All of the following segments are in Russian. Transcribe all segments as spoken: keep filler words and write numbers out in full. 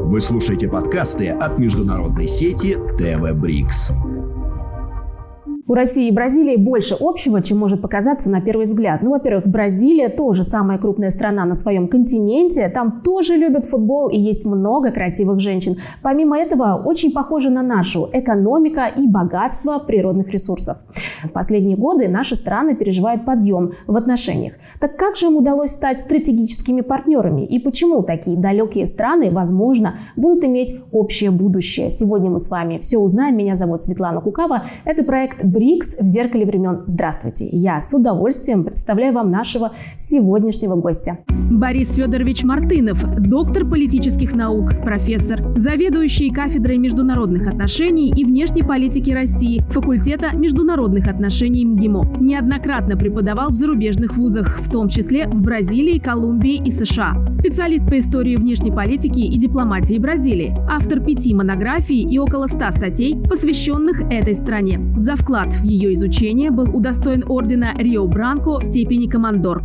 Вы слушаете подкасты от международной сети тэ вэ Брикс. У России и Бразилии больше общего, чем может показаться на первый взгляд. Ну, во-первых, Бразилия тоже самая крупная страна на своем континенте. Там тоже любят футбол и есть много красивых женщин. Помимо этого, очень похожа на нашу экономика и богатство природных ресурсов. В последние годы наши страны переживают подъем в отношениях. Так как же им удалось стать стратегическими партнерами? И почему такие далекие страны, возможно, будут иметь общее будущее? Сегодня мы с вами все узнаем. Меня зовут Светлана Кукава. Это проект «Брикс в зеркале времен». Здравствуйте! Я с удовольствием представляю вам нашего сегодняшнего гостя. Борис Федорович Мартынов, доктор политических наук, профессор, заведующий кафедрой международных отношений и внешней политики России, факультета международных отношений МГИМО. Неоднократно преподавал в зарубежных вузах, в том числе в Бразилии, Колумбии и США. Специалист по истории внешней политики и дипломатии Бразилии. Автор пяти монографий и около ста статей, посвященных этой стране. За вклад в ее изучение был удостоен ордена Рио Бранко степени командор.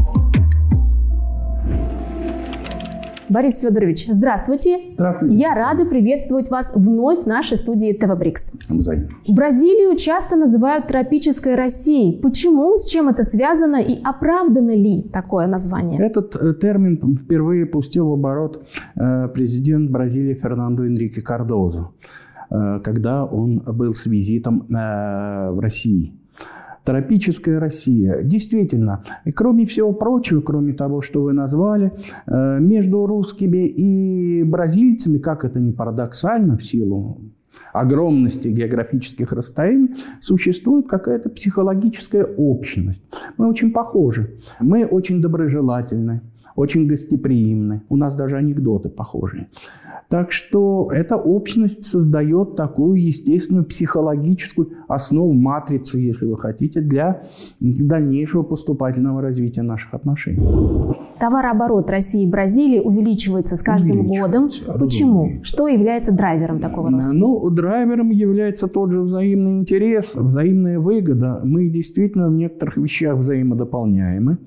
Борис Федорович, здравствуйте. Здравствуйте. Я рада приветствовать вас вновь в нашей студии тэ вэ Брикс. Взаимно. Бразилию часто называют тропической Россией. Почему, с чем это связано и оправдано ли такое название? Этот термин впервые пустил в оборот президент Бразилии Фернандо Энрике Кардозо, когда он был с визитом в России. Тропическая Россия. Действительно, и кроме всего прочего, кроме того, что вы назвали, между русскими и бразильцами, как это ни парадоксально, в силу огромности географических расстояний, существует какая-то психологическая общность. Мы очень похожи, мы очень доброжелательны, очень гостеприимны. У нас даже анекдоты похожие. Так что эта общность создает такую естественную психологическую основу, матрицу, если вы хотите, для дальнейшего поступательного развития наших отношений. Товарооборот России и Бразилии увеличивается с каждым годом. Почему? Что является драйвером такого роста? Ну, драйвером является тот же взаимный интерес, взаимная выгода. Мы действительно в некоторых вещах взаимодополняемы,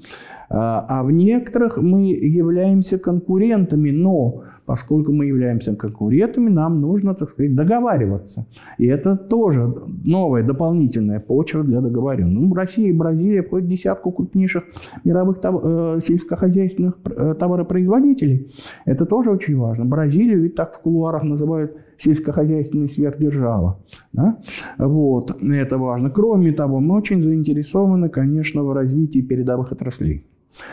а в некоторых мы являемся конкурентами, но поскольку мы являемся конкурентами, нам нужно, так сказать, договариваться. И это тоже новая дополнительная почва для договоренности. Ну, Россия и Бразилия входят в десятку крупнейших мировых тов- э, сельскохозяйственных э, товаропроизводителей. Это тоже очень важно. Бразилию ведь так в кулуарах называют сельскохозяйственная сверхдержава. Да? Вот, это важно. Кроме того, мы очень заинтересованы, конечно, в развитии передовых отраслей.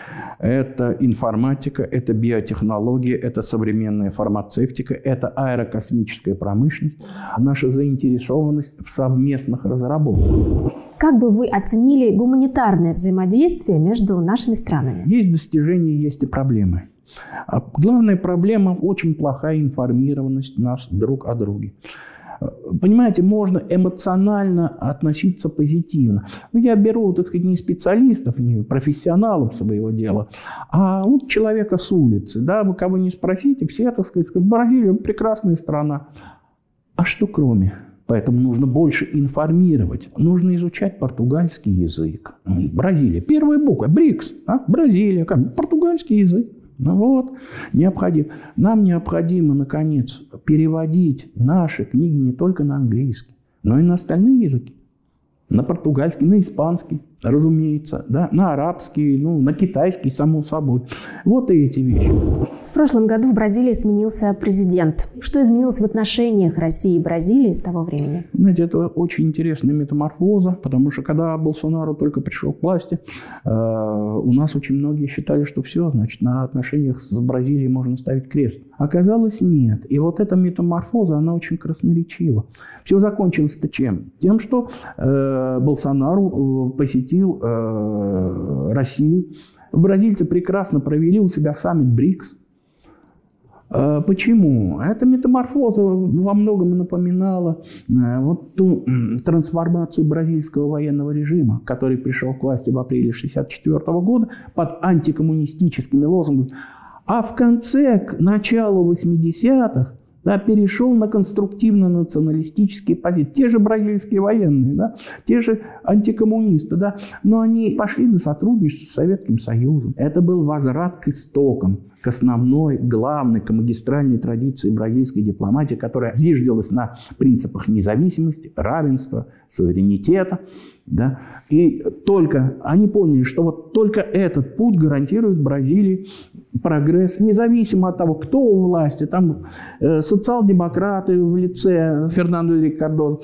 Это информатика, это биотехнология, это современная фармацевтика, это аэрокосмическая промышленность, наша заинтересованность в совместных разработках. Как бы вы оценили гуманитарное взаимодействие между нашими странами? Есть достижения, есть и проблемы. Главная проблема – очень плохая информированность нас друг о друге. Понимаете, можно эмоционально относиться позитивно. Ну, я беру, так сказать, не специалистов, не профессионалов своего дела, а вот человека с улицы. Да, вы кого не спросите, все, так сказать, скажут: Бразилия – прекрасная страна. А что кроме? Поэтому нужно больше информировать. Нужно изучать португальский язык. Бразилия. Первая буква. Брикс. А? Бразилия. Как? Португальский язык. Ну вот, необходимо. Нам необходимо, наконец, переводить наши книги не только на английский, но и на остальные языки. На португальский, на испанский, разумеется, да, на арабский, ну, на китайский, само собой. Вот и эти вещи. В прошлом году в Бразилии сменился президент. Что изменилось в отношениях России и Бразилии с того времени? Знаете, это очень интересная метаморфоза, потому что когда Болсонaro только пришел к власти, э, у нас очень многие считали, что все, значит, на отношениях с Бразилией можно ставить крест. Оказалось, нет. И вот эта метаморфоза, она очень красноречива. Все закончилось-то чем? Тем, что э, Болсонaro посетил э, Россию. Бразильцы прекрасно провели у себя саммит БРИКС. Почему? Эта метаморфоза во многом напоминала вот ту трансформацию бразильского военного режима, который пришел к власти в апреле тысяча девятьсот шестьдесят четвёртого года под антикоммунистическими лозунгами, а в конце, к началу восьмидесятых, да, перешел на конструктивно-националистические позиции. Те же бразильские военные, да, те же антикоммунисты, да, но они пошли на сотрудничество с Советским Союзом. Это был возврат к истокам, к к основной, главной, к магистральной традиции бразильской дипломатии, которая зиждилась на принципах независимости, равенства, суверенитета. Да? И только они поняли, что вот только этот путь гарантирует Бразилии прогресс, независимо от того, кто у власти. Там э, социал-демократы в лице Фернандо Энрике Кардозо,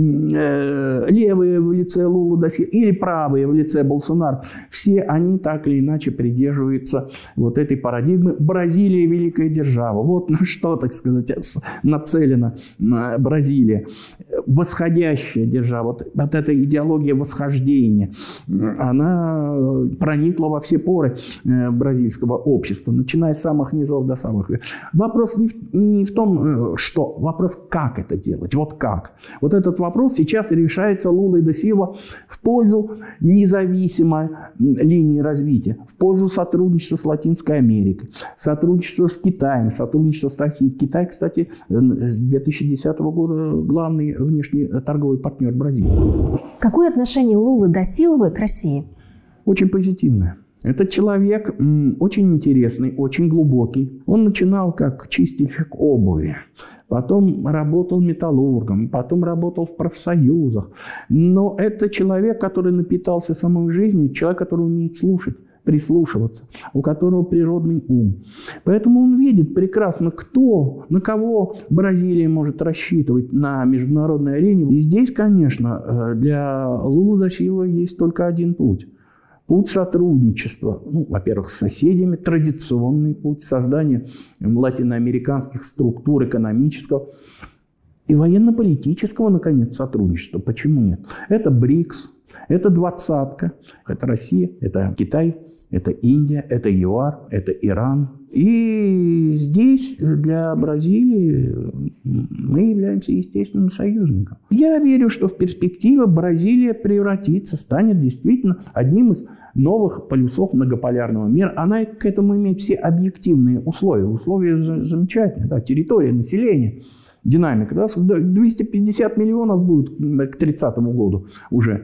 э, левые в лице Лула да Силва или правые в лице Болсонaro. Все они так или иначе придерживаются вот этой парадигмы. Бразилия – великая держава. Вот на что, так сказать, нацелена Бразилия. Восходящая держава. Вот, вот эта идеология восхождения, она проникла во все поры бразильского общества, начиная с самых низов до самых. Вопрос не в, не в том, что, вопрос, как это делать, вот как. Вот этот вопрос сейчас решается Лулой да Силва в пользу независимой линии развития, в пользу сотрудничества с Латинской Америкой, сотрудничества с Китаем, сотрудничества с Россией. Китай, кстати, с две тысячи десятого года главный внешний торговый партнер Бразилии. Какое отношение Лулы да Силвы к России? Очень позитивное. Этот человек м, очень интересный, очень глубокий. Он начинал как чистильщик обуви, потом работал металлургом, потом работал в профсоюзах. Но это человек, который напитался самой жизнью, человек, который умеет слушать, прислушиваться, у которого природный ум. Поэтому он видит прекрасно, кто, на кого Бразилия может рассчитывать на международной арене. И здесь, конечно, для Лулы да Силвы есть только один путь. Путь сотрудничества, ну, во-первых, с соседями, традиционный путь создания латиноамериканских структур экономического и военно-политического, наконец, сотрудничества. Почему нет? Это БРИКС, это двадцатка, это Россия, это Китай, это Индия, это ЮАР, это Иран. И здесь для Бразилии мы являемся естественным союзником. Я верю, что в перспективе Бразилия превратится, станет действительно одним из новых полюсов многополярного мира. Она к этому имеет все объективные условия. Условия замечательные. Да, территория, население, динамика. Да, двести пятьдесят миллионов будет к тридцатому году уже.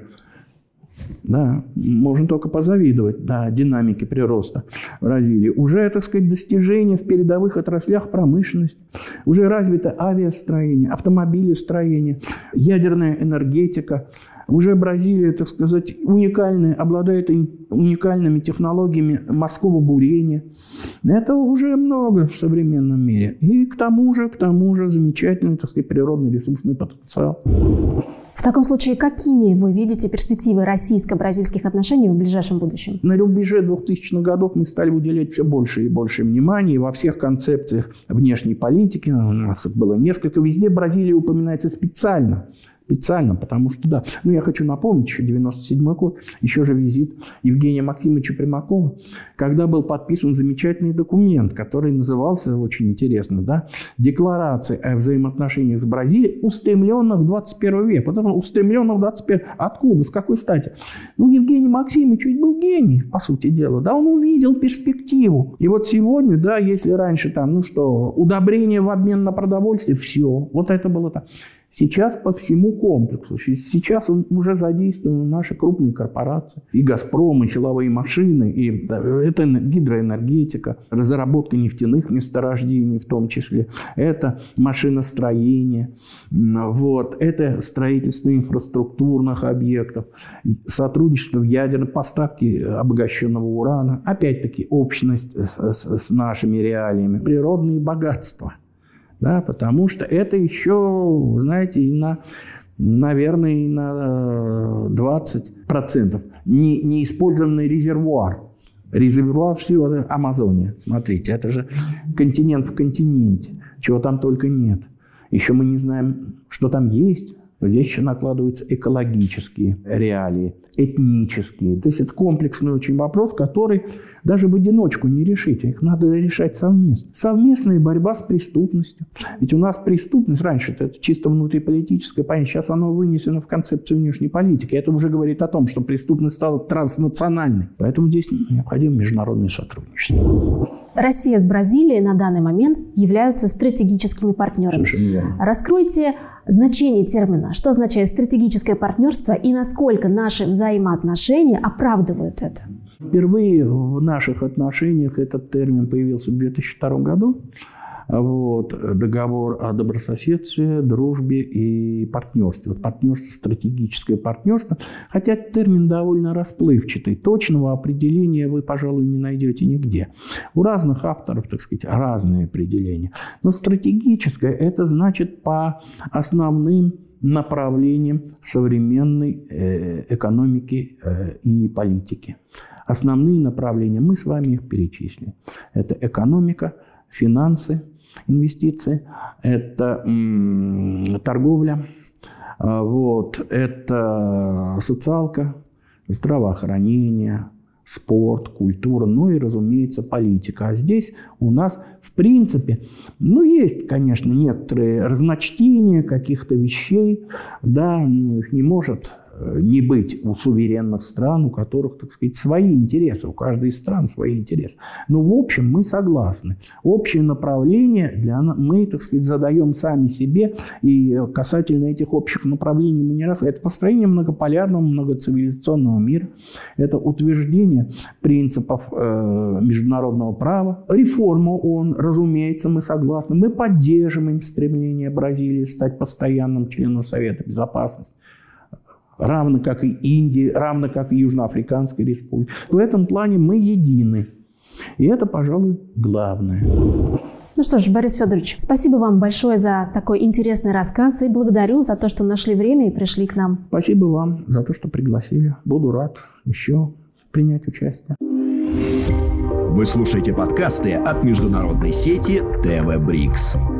Да, можно только позавидовать да, динамике прироста Бразилии. Уже, так сказать, достижения в передовых отраслях промышленности. Уже развито авиастроение, автомобилестроение, ядерная энергетика. Уже Бразилия, так сказать, уникальная, обладает уникальными технологиями морского бурения. Это уже много в современном мире. И к тому же, к тому же замечательный, так сказать, природный ресурсный потенциал. В таком случае, какими вы видите перспективы российско-бразильских отношений в ближайшем будущем? На рубеже двухтысячных годов мы стали уделять все больше и больше внимания. Во всех концепциях внешней политики, у нас их было несколько, везде Бразилия упоминается специально. Специально, потому что, да, ну я хочу напомнить, еще девяносто седьмой год, еще же визит Евгения Максимовича Примакова, когда был подписан замечательный документ, который назывался, очень интересно, да, «Декларация о взаимоотношениях с Бразилией, устремленных в двадцать первый век». Потому что устремленных в двадцать первый век. Откуда? С какой стати? Ну, Евгений Максимович ведь был гений, по сути дела, да, он увидел перспективу. И вот сегодня, да, если раньше там, ну что, удобрение в обмен на продовольствие, все, вот это было так. Сейчас по всему комплексу. Сейчас уже задействованы наши крупные корпорации. И «Газпром», и силовые машины, и это гидроэнергетика, разработка нефтяных месторождений в том числе. Это машиностроение, вот, это строительство инфраструктурных объектов, сотрудничество в ядерной поставке обогащенного урана. Опять-таки общность с, с, с нашими реалиями. Природные богатства. Да, потому что это еще, знаете, и на, наверное, и на двадцать процентов не, неиспользованный резервуар. Резервуар всего это Амазония. Смотрите, это же континент в континенте. Чего там только нет. Еще мы не знаем, что там есть. Но здесь еще накладываются экологические реалии, этнические. То есть это комплексный очень вопрос, который даже в одиночку не решить. Их надо решать совместно. Совместная борьба с преступностью. Ведь у нас преступность раньше это чисто внутриполитическое понятие. Сейчас оно вынесено в концепцию внешней политики. Это уже говорит о том, что преступность стала транснациональной. Поэтому здесь необходимо международное сотрудничество. Россия с Бразилией на данный момент являются стратегическими партнерами. Совершенно верно. Раскройте значение термина. Что означает стратегическое партнерство и насколько наши взаимоотношения оправдывают это? Впервые в наших отношениях этот термин появился в две тысячи втором году. Вот, договор о добрососедстве, дружбе и партнерстве. Вот партнерство, стратегическое партнерство. Хотя термин довольно расплывчатый. Точного определения вы, пожалуй, не найдете нигде. У разных авторов, так сказать, разные определения. Но стратегическое – это значит по основным направлениям современной экономики и политики. Основные направления, мы с вами их перечислили. Это экономика, финансы, инвестиции, это м, торговля, вот, это социалка, здравоохранение, спорт, культура, ну и, разумеется, политика. А здесь у нас, в принципе, ну, есть, конечно, некоторые разночтения каких-то вещей, да, ну, их не может не быть у суверенных стран, у которых, так сказать, свои интересы, у каждой из стран свои интересы. Но в общем мы согласны. Общее направление для нас, мы, так сказать, задаем сами себе, и касательно этих общих направлений мы не раз. Это построение многополярного, многоцивилизационного мира, это утверждение принципов э, международного права, реформа ООН, разумеется, мы согласны. Мы поддерживаем стремление Бразилии стать постоянным членом Совета Безопасности, равно как и Индии, равно как и Южноафриканской Республики. В этом плане мы едины. И это, пожалуй, главное. Ну что ж, Борис Федорович, спасибо вам большое за такой интересный рассказ и благодарю за то, что нашли время и пришли к нам. Спасибо вам за то, что пригласили. Буду рад еще принять участие. Вы слушаете подкасты от международной сети тэ вэ Брикс.